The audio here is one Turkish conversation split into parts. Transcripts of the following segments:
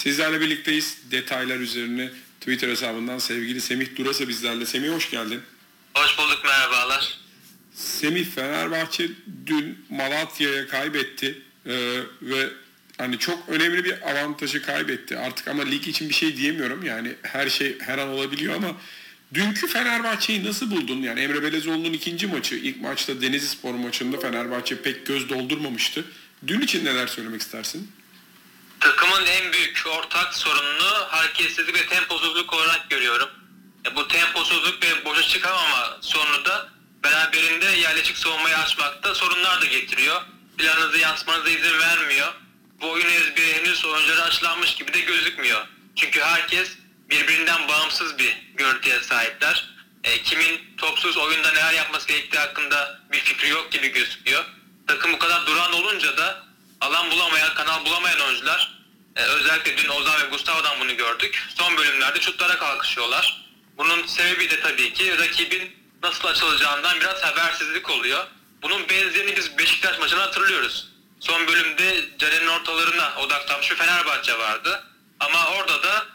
Sizlerle birlikteyiz. Detaylar üzerine Twitter hesabından sevgili Semih Durasa bizlerle. Semih hoş geldin. Hoş bulduk, merhabalar. Semih, Fenerbahçe dün Malatya'ya kaybetti ve hani çok önemli bir avantajı kaybetti. Artık ama lig için bir şey diyemiyorum. Yani her şey her an olabiliyor ama dünkü Fenerbahçe'yi nasıl buldun? Yani Emre Belezoğlu'nun ikinci maçı, ilk maçta Denizlispor maçında Fenerbahçe pek göz doldurmamıştı. Dün için neler söylemek istersin? Takımın en büyük ortak sorununu hareketsizlik ve temposuzluk olarak görüyorum. Bu temposuzluk ve boşa çıkamama sorunu da beraberinde yerleşik savunmayı açmakta sorunlar da getiriyor. Planınızı yansımanıza izin vermiyor. Bu oyun ezberi henüz oyunculara aşılanmış gibi de gözükmüyor. Çünkü herkes birbirinden bağımsız bir görüntüye sahipler. Kimin topsuz oyunda neler yapması gerektiği hakkında bir fikri yok gibi gözüküyor. Takım bu kadar duran olunca da alan bulamayan, kanal bulamayan oyuncular, özellikle dün Ozan ve Gustavo'dan bunu gördük, son bölümlerde şutlara kalkışıyorlar. Bunun sebebi de tabii ki rakibin nasıl açılacağından biraz habersizlik oluyor. Bunun benzerini biz Beşiktaş maçını hatırlıyoruz. Son bölümde Caner'in ortalarına odaklanmış bir Fenerbahçe vardı. Ama orada da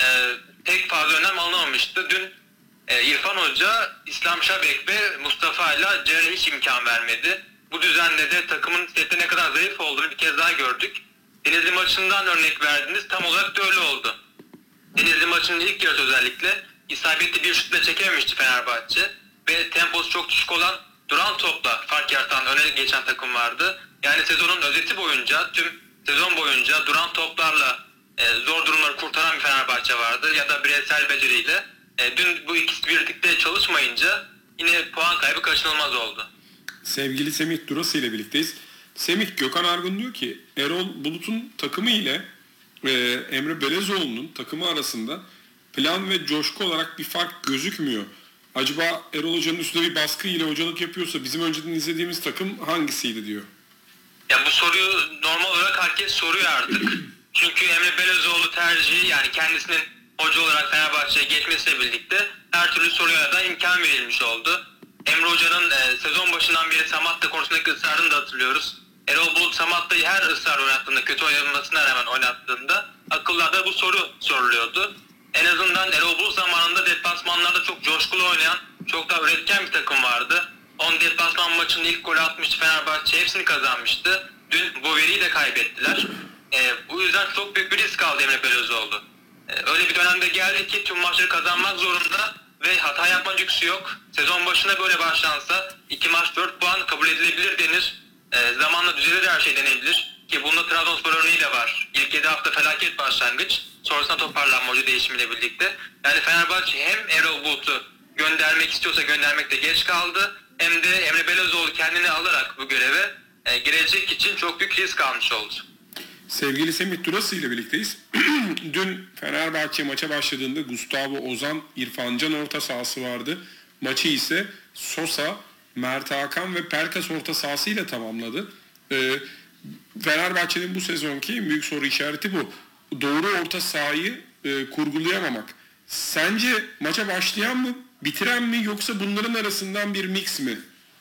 pek fazla önem alınamamıştı. Dün İrfan Hoca, İslam Şabek ve Mustafa ile Caner'e hiç imkan vermedi. Bu düzenle de takımın sette ne kadar zayıf olduğunu bir kez daha gördük. Denizli maçından örnek verdiniz, tam olarak da öyle oldu. Denizli maçının ilk yarısı özellikle isabetli bir şutla çekememişti Fenerbahçe ve temposu çok düşük olan duran topla fark yaratan, öne geçen takım vardı. Yani sezonun özeti boyunca, tüm sezon boyunca duran toplarla zor durumları kurtaran bir Fenerbahçe vardı ya da bireysel beceriyle. Dün bu ikisi birlikte çalışmayınca yine puan kaybı kaçınılmaz oldu. Sevgili Semih Durası ile birlikteyiz. Semih, Gökhan Argun diyor ki Erol Bulut'un takımı ile Emre Belezoğlu'nun takımı arasında plan ve coşku olarak bir fark gözükmüyor. Acaba Erol Hoca'nın üstünde bir baskı ile hocalık yapıyorsa bizim önceden izlediğimiz takım hangisiydi diyor. Ya bu soruyu normal olarak herkes soruyor artık. Çünkü Emre Belezoğlu tercihi, yani kendisinin hoca olarak Fenerbahçe'ye geçmesiyle birlikte her türlü soruya da imkan verilmiş oldu. Emre Hoca'nın sezon başından beri Samatta konusundaki ısrarını da hatırlıyoruz. Erol Bulut Samatta'yı her ısrar oynattığında, kötü oynanmasına rağmen oynattığında akıllarda bu soru soruluyordu. En azından Erol Bulut zamanında deplasmanlarda çok coşkulu oynayan, çok daha üretken bir takım vardı. 10 deplasman maçının ilk golü atmıştı Fenerbahçe, hepsini kazanmıştı. Dün bu veriyi de kaybettiler. Bu yüzden çok büyük bir risk aldı Emre Belözoğlu. Öyle bir dönemde geldi ki tüm maçları kazanmak zorunda ve hata yapma lüksü yok. Sezon başına böyle başlansa 2 maç 4 puan kabul edilebilir denir. Zamanla düzelir, her şey denebilir. Ki bunda Trabzonspor örneği de var. İlk 7 hafta felaket başlangıç. Sonrasında toparlanma hoca değişimiyle birlikte. Yani Fenerbahçe hem Erol Bulut'u göndermek istiyorsa göndermekte geç kaldı. Hem de Emre Belözoğlu kendini alarak bu göreve gelecek için çok büyük risk almış oldu. Sevgili Semih Durası ile birlikteyiz. Dün Fenerbahçe maça başladığında Gustavo, Ozan, İrfan Can orta sahası vardı. Maçı ise Sosa, Mert Hakan ve Pelkas orta sahasıyla tamamladı. Fenerbahçe'nin bu sezonki en büyük soru işareti bu. Doğru orta sahayı kurgulayamamak. Sence maça başlayan mı, bitiren mi, yoksa bunların arasından bir mix mi?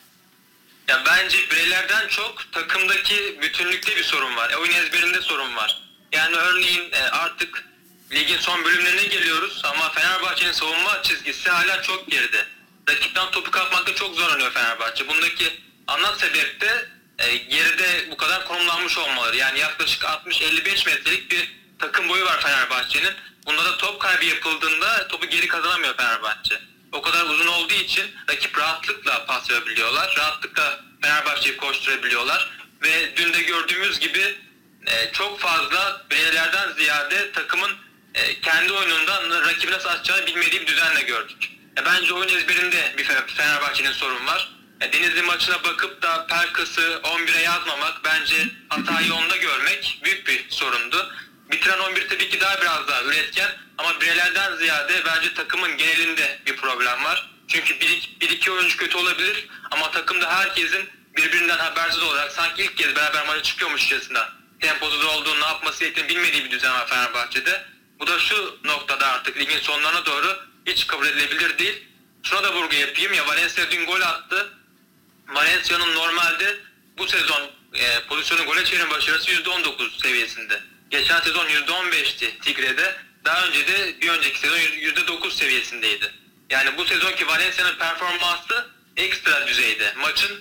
Ya bence bireylerden çok takımdaki bütünlükte bir sorun var. Oyun ezberinde sorun var. Yani örneğin artık ligin son bölümlerine geliyoruz ama Fenerbahçe'nin savunma çizgisi hala çok geride. Rakipten topu kapmakta çok zorlanıyor Fenerbahçe. Bundaki ana sebep de geride bu kadar konumlanmış olmaları. Yani yaklaşık 60-55 metrelik bir takım boyu var Fenerbahçe'nin. Bunda da top kaybı yapıldığında topu geri kazanamıyor Fenerbahçe. O kadar uzun olduğu için rakip rahatlıkla pas verebiliyorlar. Rahatlıkla Fenerbahçe'yi koşturabiliyorlar. Ve dün de gördüğümüz gibi çok fazla bireylerden ziyade takımın kendi oyunundan rakibi nasıl atacağını bilmediği bir düzenle gördük. Bence oyun ezberinde bir Fenerbahçe'nin sorun var. Denizli maçına bakıp da Pelkas'ı 11'e yazmamak, bence hatayı onda görmek büyük bir sorundu. Bitiren 11 tabii ki biraz daha üretken ama bireylerden ziyade bence takımın genelinde bir problem var. Çünkü bir iki oyuncu kötü olabilir ama takımda herkesin birbirinden habersiz olarak sanki ilk kez beraber maça çıkıyormuşçasına temposuz olduğunu, ne yapması gerektiğini bilmediği bir düzen var Fenerbahçe'de. Bu da şu noktada artık ligin sonlarına doğru hiç kabul edilebilir değil. Şuna da vurgu yapayım, ya Valencia dün gol attı. Valencia'nın normalde bu sezon pozisyonu gole çevirme başarısı %19 seviyesinde. Geçen sezon %15'ti Tigre'de. Daha önce de bir önceki sezon %9 seviyesindeydi. Yani bu sezonki Valencia'nın performansı ekstra düzeyde. Maçın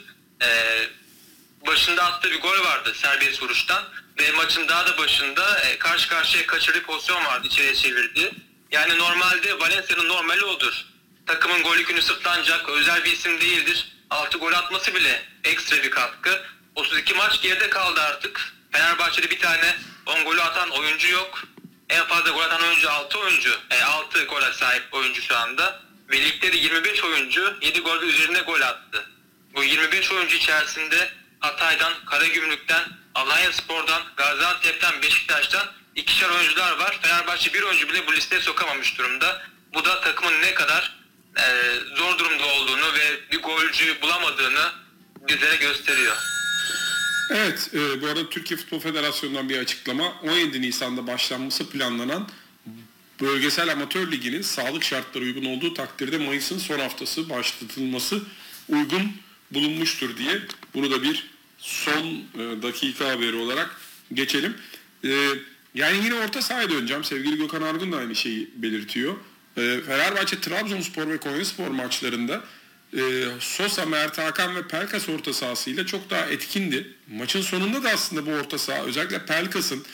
başında attığı bir gol vardı serbest vuruştan ve maçın daha da başında karşı karşıya kaçırdığı pozisyon vardı, içeriye çevirdi. Yani normalde Valencia'nın normali odur. Takımın gol yükünü sırtlanacak özel bir isim değildir. 6 gol atması bile ekstra bir katkı. 32 maç geride kaldı artık. Fenerbahçe'de bir tane 10 golü atan oyuncu yok. En fazla gol atan oyuncu 6 oyuncu. 6 gole sahip oyuncu şu anda. Ve ligde de 25 oyuncu 7 gol ve üzerinde gol attı. Bu 25 oyuncu içerisinde Hatay'dan, Karagümrük'ten, Alanyaspor'dan, Gaziantep'ten, Beşiktaş'tan ikişer oyuncular var. Fenerbahçe bir oyuncu bile bu listeye sokamamış durumda. Bu da takımın ne kadar zor durumda olduğunu ve bir golcü bulamadığını bizlere gösteriyor. Evet, bu arada Türkiye Futbol Federasyonu'ndan bir açıklama. 17 Nisan'da başlanması planlanan Bölgesel Amatör Ligi'nin sağlık şartları uygun olduğu takdirde Mayıs'ın son haftası başlatılması uygun bulunmuştur diye. Bunu da bir son dakika haberi olarak geçelim. Yani yine orta sahaya döneceğim. Sevgili Gökhan Argun da aynı şeyi belirtiyor. Fenerbahçe, Trabzonspor ve Konyaspor maçlarında Sosa, Mert Hakan ve Pelkas orta sahasıyla çok daha etkindi. Maçın sonunda da aslında bu orta saha özellikle Pelkas'ın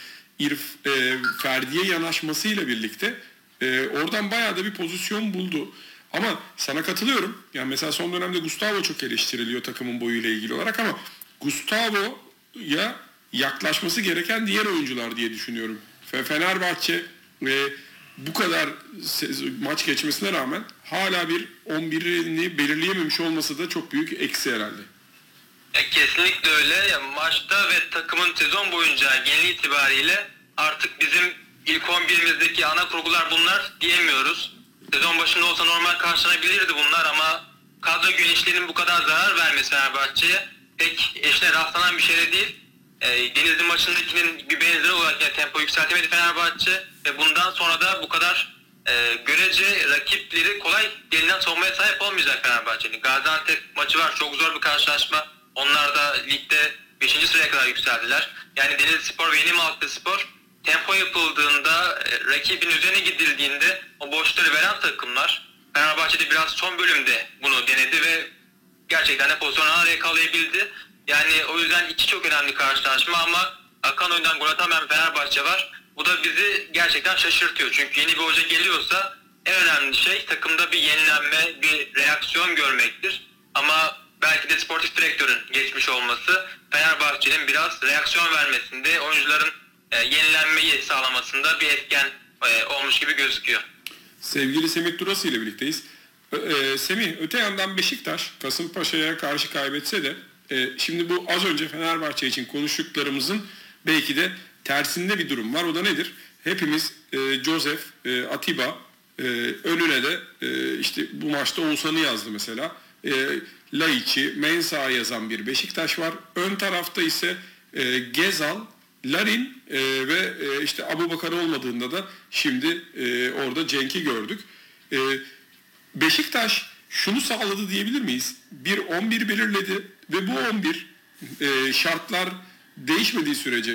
Ferdi'ye yanaşmasıyla birlikte oradan bayağı da bir pozisyon buldu. Ama sana katılıyorum. Yani mesela son dönemde Gustavo çok eleştiriliyor takımın boyuyla ilgili olarak ama Gustavo'ya yaklaşması gereken diğer oyuncular diye düşünüyorum. Fenerbahçe bu kadar maç geçmesine rağmen hala bir 11'ini belirleyememiş olması da çok büyük eksi herhalde. Kesinlikle öyle. Yani maçta ve takımın sezon boyunca genel itibariyle artık bizim ilk 11'imizdeki ana kurgular bunlar diyemiyoruz. Sezon başında olsa normal karşılanabilirdi bunlar ama kadro genişliğinin bu kadar zarar vermesi Fenerbahçe'ye pek eşine rastlanan bir şey de değil. Denizli maçındakinin bir benzeri olarak yani tempo yükseltemedi Fenerbahçe ve bundan sonra da bu kadar görece rakipleri kolay gelinen savunmaya sahip olmayacak Fenerbahçe'nin. Gaziantep maçı var, çok zor bir karşılaşma. Onlar da ligde 5. sıraya kadar yükseldiler. Yani Denizlispor ve Yeni Malatyaspor tempo yapıldığında, rakibin üzerine gidildiğinde o boşları veren takımlar. Fenerbahçe'de biraz son bölümde bunu denedi ve gerçekten de pozisyonları yakalayabildi. Yani o yüzden iki çok önemli karşılaşma ama akan oyundan gol atamayan Fenerbahçe var. Bu da bizi gerçekten şaşırtıyor. Çünkü yeni bir hoca geliyorsa en önemli şey takımda bir yenilenme, bir reaksiyon görmektir. Ama belki de sportif direktörün geçmiş olması Fenerbahçe'nin biraz reaksiyon vermesinde, oyuncuların yenilenmeyi sağlamasında bir etken olmuş gibi gözüküyor. Sevgili Semih Durası ile birlikteyiz. Semih, öte yandan Beşiktaş Kasımpaşa'ya karşı kaybetse de şimdi bu az önce Fenerbahçe için konuştuklarımızın belki de tersinde bir durum var. O da nedir? Hepimiz Joseph, Atiba, önüne de işte bu maçta Oğuzhan'ı yazdı mesela. Laiç'i, Mensah'ı yazan bir Beşiktaş var. Ön tarafta ise Gezal, Larin ve işte Abubakar olmadığında da şimdi orada Cenk'i gördük. Beşiktaş şunu sağladı diyebilir miyiz? Bir 11 belirledi ve bu 11 şartlar değişmediği sürece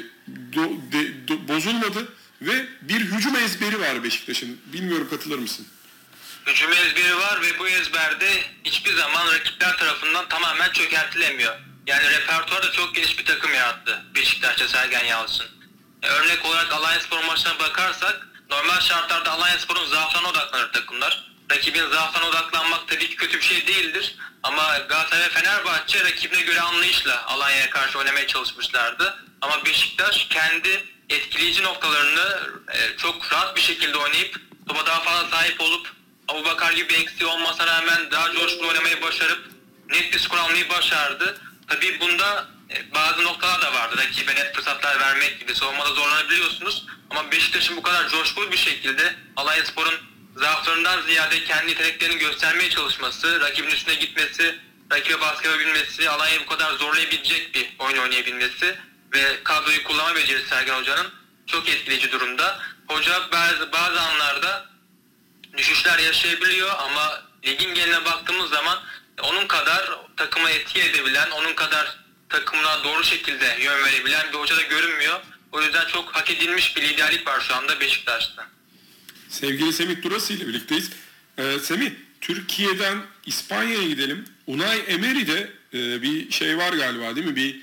bozulmadı ve bir hücum ezberi var Beşiktaş'ın. Bilmiyorum, katılır mısın? Hücum ezberi var ve bu ezberde hiçbir zaman rakipler tarafından tamamen çökertilemiyor. Yani repertuar da çok geniş bir takım yarattı Beşiktaş'ta Sergen Yalçın. Örnek olarak Alanyaspor maçlarına bakarsak normal şartlarda Alanyaspor'un zaaflarına odaklanır takımlar. Rakibin zaaflarına odaklanmak tabii ki kötü bir şey değildir. Ama Galatasaray ve Fenerbahçe rakibine göre anlayışla Alanya'ya karşı oynamaya çalışmışlardı. Ama Beşiktaş kendi etkileyici noktalarını çok rahat bir şekilde oynayıp topa daha fazla sahip olup Abubakar gibi eksiği olmasına rağmen daha coşkulu oynamayı başarıp net bir skor almayı başardı. Tabii bunda bazı noktalar da vardı. Rakibe net fırsatlar vermek gibi savunmada zorlanabiliyorsunuz. Ama Beşiktaş'ın bu kadar coşkulu bir şekilde Alanyaspor'un zaaflarından ziyade kendi yeteneklerini göstermeye çalışması, rakibin üstüne gitmesi, rakibe baskı yapabilmesi, Alanya'yı bu kadar zorlayabilecek bir oyun oynayabilmesi ve kadroyu kullanma becerisi Sergen Hoca'nın çok etkileyici durumda. Hoca bazı anlarda düşüşler yaşayabiliyor ama ligin geneline baktığımız zaman onun kadar takıma etki edebilen, onun kadar takımına doğru şekilde yön verebilen bir hoca da görünmüyor. O yüzden çok hak edilmiş bir liderlik var şu anda Beşiktaş'ta. Sevgili Semih Durası ile birlikteyiz. Semih, Türkiye'den İspanya'ya gidelim. Unai Emery'de bir şey var galiba, değil mi? Bir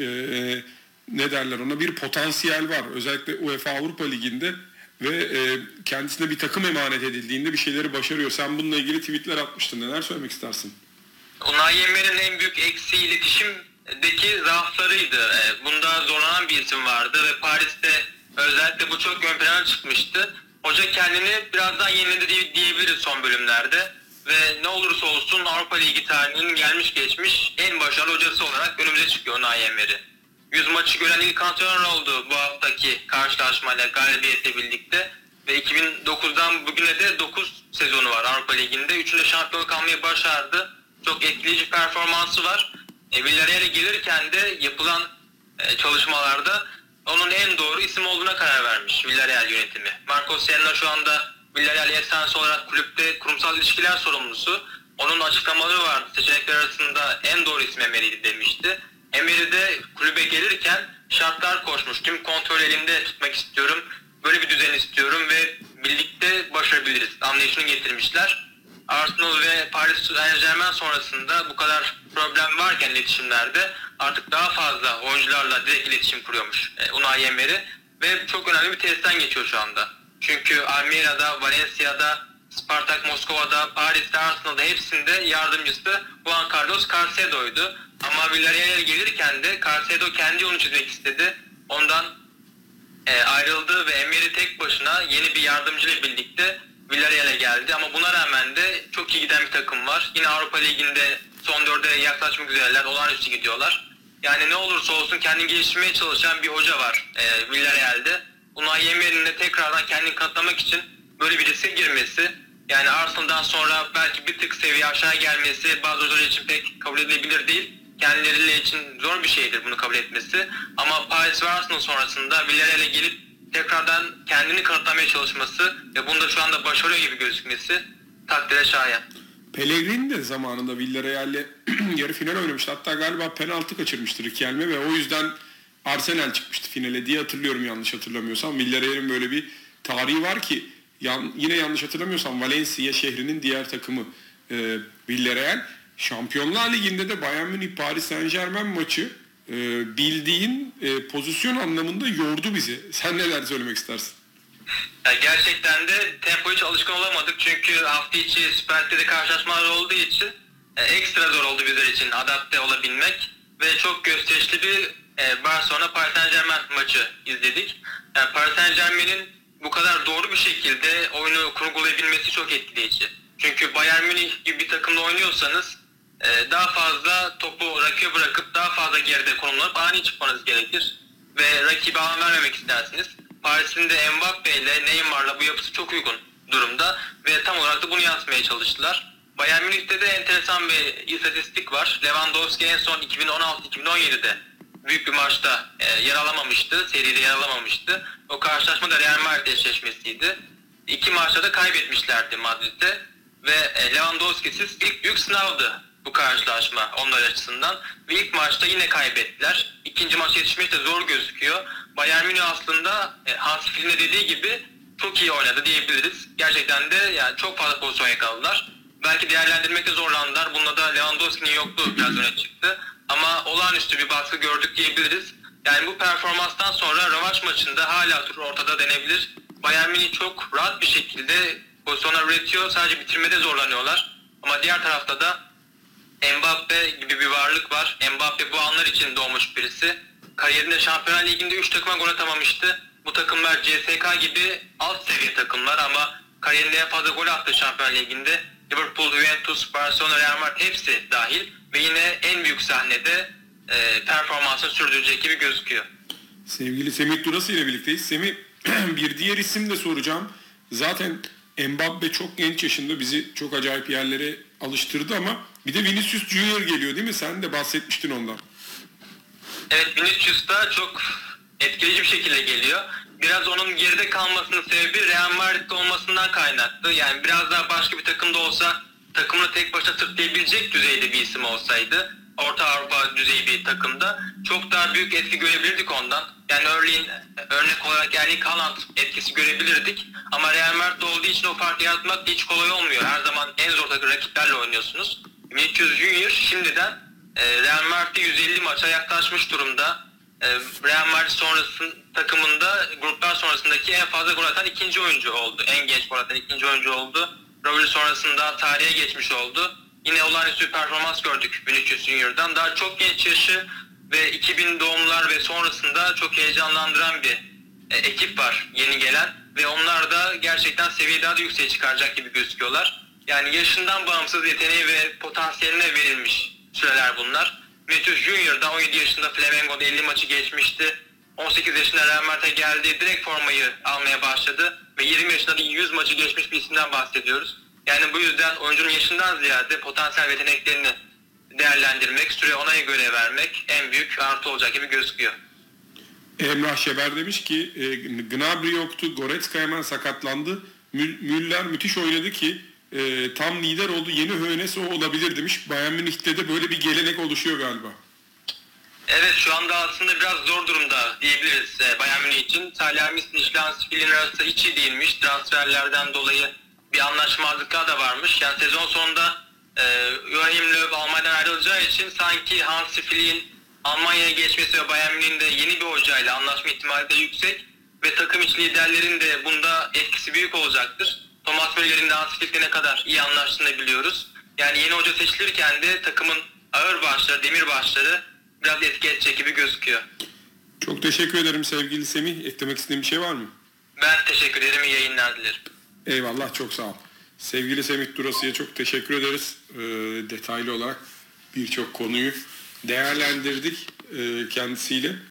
ne derler ona? Bir potansiyel var. Özellikle UEFA Avrupa Ligi'nde ve kendisine bir takım emanet edildiğinde bir şeyleri başarıyor. Sen bununla ilgili tweetler atmıştın. Neler söylemek istersin? Unai Emery'nin en büyük eksiği iletişimdeki zaaflarıydı. Bunda zorlanan bir isim vardı ve Paris'te özellikle bu çok ön plana çıkmıştı. Hoca kendini biraz daha yeniledi diyebiliriz son bölümlerde. Ve ne olursa olsun Avrupa Ligi tarihinin gelmiş geçmiş en başarılı hocası olarak önümüze çıkıyor Unai Emery. 100 maçı gören ilk antrenör oldu bu haftaki karşılaşmayla, galibiyetle birlikte. Ve 2009'dan bugüne de 9 sezonu var Avrupa Ligi'nde. 3'ünde şampiyonluk almayı başardı. Çok etkileyici performansı var. Villarreal'e gelirken de yapılan çalışmalarda onun en doğru isim olduğuna karar vermiş Villarreal yönetimi. Marcos Senna şu anda Villarreal esansı olarak kulüpte kurumsal ilişkiler sorumlusu. Onun açıklamaları vardı. Seçenekler arasında en doğru isim Emery'di demişti. Emery de kulübe gelirken şartlar koşmuş. Tüm kontrol elimde tutmak istiyorum. Böyle bir düzen istiyorum ve birlikte başarabiliriz anlayışını getirmişler. Arsenal ve Paris Saint-Germain sonrasında bu kadar problem varken iletişimlerde artık daha fazla oyuncularla direkt iletişim kuruyormuş Unai Emery ve çok önemli bir testten geçiyor şu anda. Çünkü Almeia'da, Valencia'da, Spartak Moskova'da, Paris'te, Arsenal'da hepsinde yardımcısı Juan Carlos Carcedo'ydu. Ama Villarreal'e gelirken de Carcedo kendi yolunu çizmek istedi. Ondan ayrıldı ve Emery tek başına yeni bir yardımcıyla birlikte Villarreal'e geldi. Ama buna rağmen de çok iyi giden bir takım var. Yine Avrupa Ligi'nde son dörde yaklaşmak üzereler. Olağanüstü gidiyorlar. Yani ne olursa olsun kendini geliştirmeye çalışan bir hoca var Villarreal'de. Unai Emery'nin de tekrardan kendini kanıtlamak için böyle bir riske girmesi, yani Arsenal'dan sonra belki bir tık seviye aşağı gelmesi bazı hocalar için pek kabul edilebilir değil. Kendileri için zor bir şeydir bunu kabul etmesi. Ama Paris ve Arsenal sonrasında Villarreal'e gelip tekrardan kendini kanıtlamaya çalışması ve bunda şu anda başarıyor gibi gözükmesi takdire şayan. Pellegrini de zamanında Villarreal'le yarı final oynamıştı. Hatta galiba penaltı kaçırmıştı Riquelme ve o yüzden Arsenal çıkmıştı finale diye hatırlıyorum, yanlış hatırlamıyorsam. Villarreal'in böyle bir tarihi var ki yine yanlış hatırlamıyorsam Valencia şehrinin diğer takımı Villarreal. Şampiyonlar Ligi'nde de Bayern Münih Paris Saint-Germain maçı bildiğin pozisyon anlamında yordu bizi. Sen neler söylemek istersin? Yani gerçekten de tempo hiç alışkın olamadık çünkü hafta içi Süper Lig'de karşılaşmalar olduğu için ekstra zor oldu bizler için adapte olabilmek ve çok gösterişli bir Barcelona Paris Saint-Germain maçı izledik. Yani Paris Saint-Germain'in bu kadar doğru bir şekilde oyunu kurgulayabilmesi çok etkileyici. Çünkü Bayern Münih gibi bir takımda oynuyorsanız daha fazla topu rakibe bırakıp daha fazla geride konumlanıp ani çıkmanız gerekir ve rakibe alan vermemek istersiniz. Paris'in de Mbappe ile Neymar'la bu yapısı çok uygun durumda ve tam olarak da bunu yansıtmaya çalıştılar. Bayern Münih'te de enteresan bir istatistik var. Lewandowski en son 2016-2017'de büyük bir maçta yer alamamıştı, seride yer alamamıştı. O karşılaşma da Real Madrid eşleşmesiydi. 2 maçta da kaybetmişlerdi Madrid'de ve Lewandowski'siz ilk büyük sınavdı bu karşılaşma onlar açısından ve ilk maçta yine kaybettiler. İkinci maç yetişmek de zor gözüküyor. Bayern Münih aslında Hans Flick'in dediği gibi çok iyi oynadı diyebiliriz. Gerçekten de yani çok fazla pozisyon yakaladılar. Belki değerlendirmekte zorlandılar. Bununla da Lewandowski'nin yokluğu biraz öne çıktı. Ama olağanüstü bir baskı gördük diyebiliriz. Yani bu performanstan sonra rövanş maçında hala tur ortada denebilir. Bayern Münih çok rahat bir şekilde pozisyonlar üretiyor. Sadece bitirmede zorlanıyorlar. Ama diğer tarafta da Mbappe gibi bir varlık var. Mbappe bu anlar için doğmuş birisi. Kariyerinde Şampiyonlar Ligi'nde 3 takıma gol atamamıştı. Bu takımlar CSK gibi alt seviye takımlar ama kariyerinde en fazla gol attı Şampiyonlar Ligi'nde. Liverpool, Juventus, Barcelona, Real Madrid hepsi dahil ve yine en büyük sahnede performansını sürdürecek gibi gözüküyor. Sevgili Semih Durası ile birlikteyiz. Semih, bir diğer isim de soracağım. Zaten Mbappe çok genç yaşında bizi çok acayip yerlere alıştırdı ama bir de Vinicius Junior geliyor değil mi? Sen de bahsetmiştin ondan. Evet, Vinicius da çok etkileyici bir şekilde geliyor. Biraz onun geride kalmasının sebebi Real Madrid'de olmasından kaynaklı. Yani biraz daha başka bir takımda olsa takımını tek başına sırtlayabilecek düzeyde bir isim olsaydı Orta Avrupa düzeyi bir takımda çok daha büyük etki görebilirdik ondan. Yani örnek olarak Erling Haaland etkisi görebilirdik. Ama Real Madrid olduğu için o farkı yaratmak hiç kolay olmuyor. Her zaman en zor rakiplerle oynuyorsunuz. Vinicius Junior şimdiden Real Madrid'de 150 maça yaklaşmış durumda. Real Madrid sonrasının takımında gruplar sonrasındaki en fazla gol atan ikinci oyuncu oldu. En genç gol atan ikinci oyuncu oldu. Raul sonrasında tarihe geçmiş oldu. Yine olağanüstü bir performans gördük Vinicius Junior'dan. Daha çok genç yaşı ve 2000 doğumlular ve sonrasında çok heyecanlandıran bir ekip var yeni gelen. Ve onlar da gerçekten seviyeyi daha da yükseğe çıkaracak gibi gözüküyorlar. Yani yaşından bağımsız yeteneği ve potansiyeline verilmiş süreler bunlar. Vinicius Junior da 17 yaşında Flamengo'da 50 maçı geçmişti. 18 yaşında Real Madrid'e geldi. Direkt formayı almaya başladı. Ve 20 yaşında da 100 maçı geçmiş bir isimden bahsediyoruz. Yani bu yüzden oyuncunun yaşından ziyade potansiyel yeteneklerini değerlendirmek, süre ona göre vermek en büyük artı olacak gibi gözüküyor. Emrah Şeber demiş ki Gnabry yoktu, Goretzka hemen sakatlandı. Müller müthiş oynadı ki tam lider oldu. Yeni Hönes o olabilir demiş. Bayern Münih'te de böyle bir gelenek oluşuyor galiba. Evet, şu anda aslında biraz zor durumda diyebiliriz Bayern Münih için. Salihamidzic ile Hansi Flick'in arası hiç iyi değilmiş. Transferlerden dolayı bir anlaşmazlıklar da varmış. Yani sezon sonunda Joachim Löw Almanya'dan ayrılacağı için sanki Hansi Flick'in Almanya'ya geçmesi ve Bayern Münih'in de yeni bir hocayla anlaşma ihtimali de yüksek ve takım içi liderlerin de bunda etkisi büyük olacaktır. Thomas Müller'in de Hansi Flick'le ne kadar iyi anlaştığını biliyoruz. Yani yeni hoca seçilirken de takımın ağır başları, demir başları biraz etki edecek gibi gözüküyor. Çok teşekkür ederim sevgili Semih. Eklemek istediğin bir şey var mı? Ben teşekkür ederim. İyi yayınlar dilerim. Eyvallah, çok sağ ol. Sevgili Semih Durası'ya çok teşekkür ederiz. Detaylı olarak birçok konuyu değerlendirdik kendisiyle.